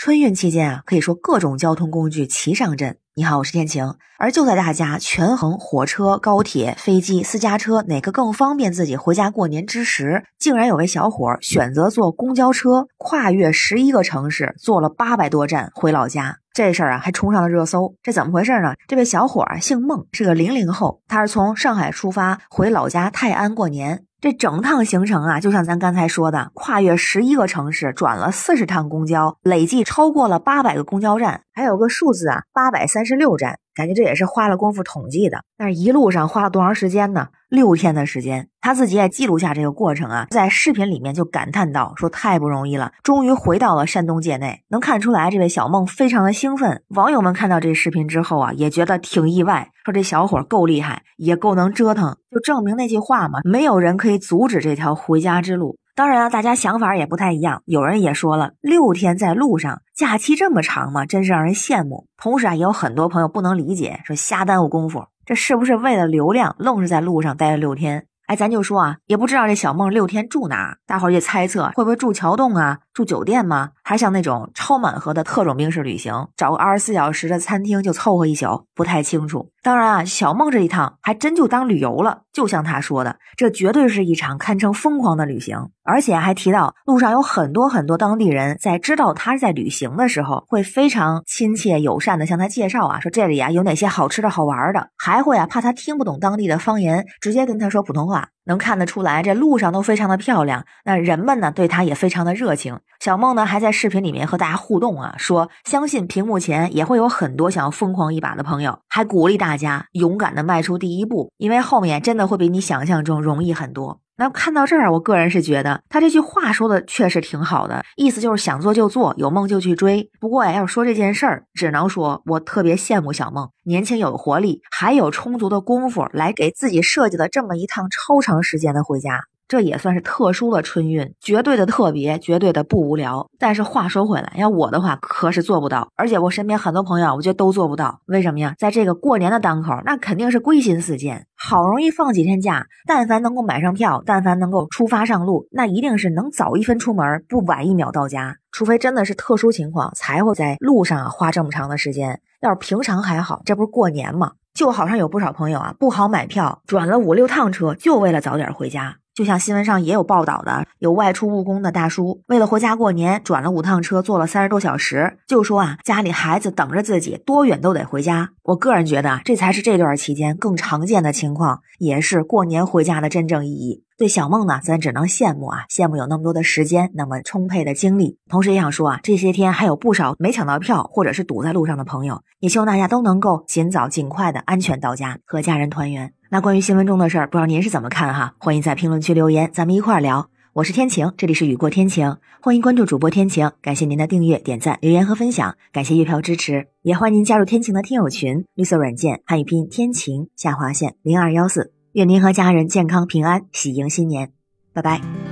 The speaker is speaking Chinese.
春运期间啊，可以说各种交通工具齐上阵。你好，我是天晴。而就在大家权衡火车、高铁、飞机、私家车哪个更方便自己回家过年之时，竟然有位小伙选择坐公交车，跨越11个城市，坐了800多站回老家。这事儿啊还冲上了热搜，这怎么回事呢？这位小伙啊姓孟，是个00后，他是从上海出发回老家泰安过年。这整趟行程啊，就像咱刚才说的，跨越11个城市，转了40趟公交，累计超过了800个公交站，还有个数字啊，836站。感觉这也是花了功夫统计的，但是一路上花了多长时间呢？6天的时间。他自己也记录下这个过程啊，在视频里面就感叹到说太不容易了，终于回到了山东界内。能看出来这位小孟非常的兴奋。网友们看到这视频之后啊，也觉得挺意外，说这小伙够厉害，也够能折腾，就证明那句话嘛，没有人可以阻止这条回家之路。当然啊，大家想法也不太一样，有人也说了，6天在路上，假期这么长吗？真是让人羡慕。同时啊，也有很多朋友不能理解，说瞎耽误功夫，这是不是为了流量，愣是在路上待了6天？哎，咱就说啊，也不知道这小孟6天住哪，大伙儿也猜测会不会住桥洞啊，住酒店吗？还像那种超满额的特种兵式旅行，找个24小时的餐厅就凑合一宿，不太清楚。当然啊，小孟这一趟还真就当旅游了，就像他说的，这绝对是一场堪称疯狂的旅行。而且还提到路上有很多当地人在知道他是在旅行的时候，会非常亲切友善的向他介绍啊，说这里啊有哪些好吃的好玩的，还会啊怕他听不懂当地的方言，直接跟他说普通话。能看得出来这路上都非常的漂亮，那人们呢对他也非常的热情。小孟呢还在视频里面和大家互动啊，说相信屏幕前也会有很多想要疯狂一把的朋友，还鼓励大家勇敢的迈出第一步，因为后面真的会比你想象中容易很多。那看到这儿，我个人是觉得他这句话说的确实挺好的，意思就是想做就做，有梦就去追。不过呀，要说这件事儿，只能说我特别羡慕小孟，年轻有活力，还有充足的功夫来给自己设计了这么一趟超长时间的回家。这也算是特殊的春运，绝对的特别，绝对的不无聊。但是话说回来，要我的话可是做不到，而且我身边很多朋友我觉得都做不到。为什么呀？在这个过年的当口，那肯定是归心似箭，好容易放几天假，但凡能够买上票，但凡能够出发上路，那一定是能早1分出门，不晚1秒到家。除非真的是特殊情况，才会在路上花这么长的时间。要是平常还好，这不是过年吗？就好像有不少朋友啊，不好买票，转了5、6趟车，就为了早点回家。就像新闻上也有报道的，有外出务工的大叔，为了回家过年，转了5趟车，坐了30多小时，就说啊，家里孩子等着自己，多远都得回家。我个人觉得，这才是这段期间更常见的情况，也是过年回家的真正意义。对小孟呢，咱只能羡慕啊，羡慕有那么多的时间，那么充沛的精力。同时也想说啊，这些天还有不少没抢到票或者是堵在路上的朋友，也希望大家都能够尽快的安全到家，和家人团圆。那关于新闻中的事儿，不知道您是怎么看哈？欢迎在评论区留言，咱们一块儿聊。我是天晴，这里是雨过天晴，欢迎关注主播天晴，感谢您的订阅、点赞、留言和分享，感谢月票支持，也欢迎您加入天晴的听友群，绿色软件汉语拼音天晴下划线0214，愿您和家人健康平安，喜迎新年，拜拜。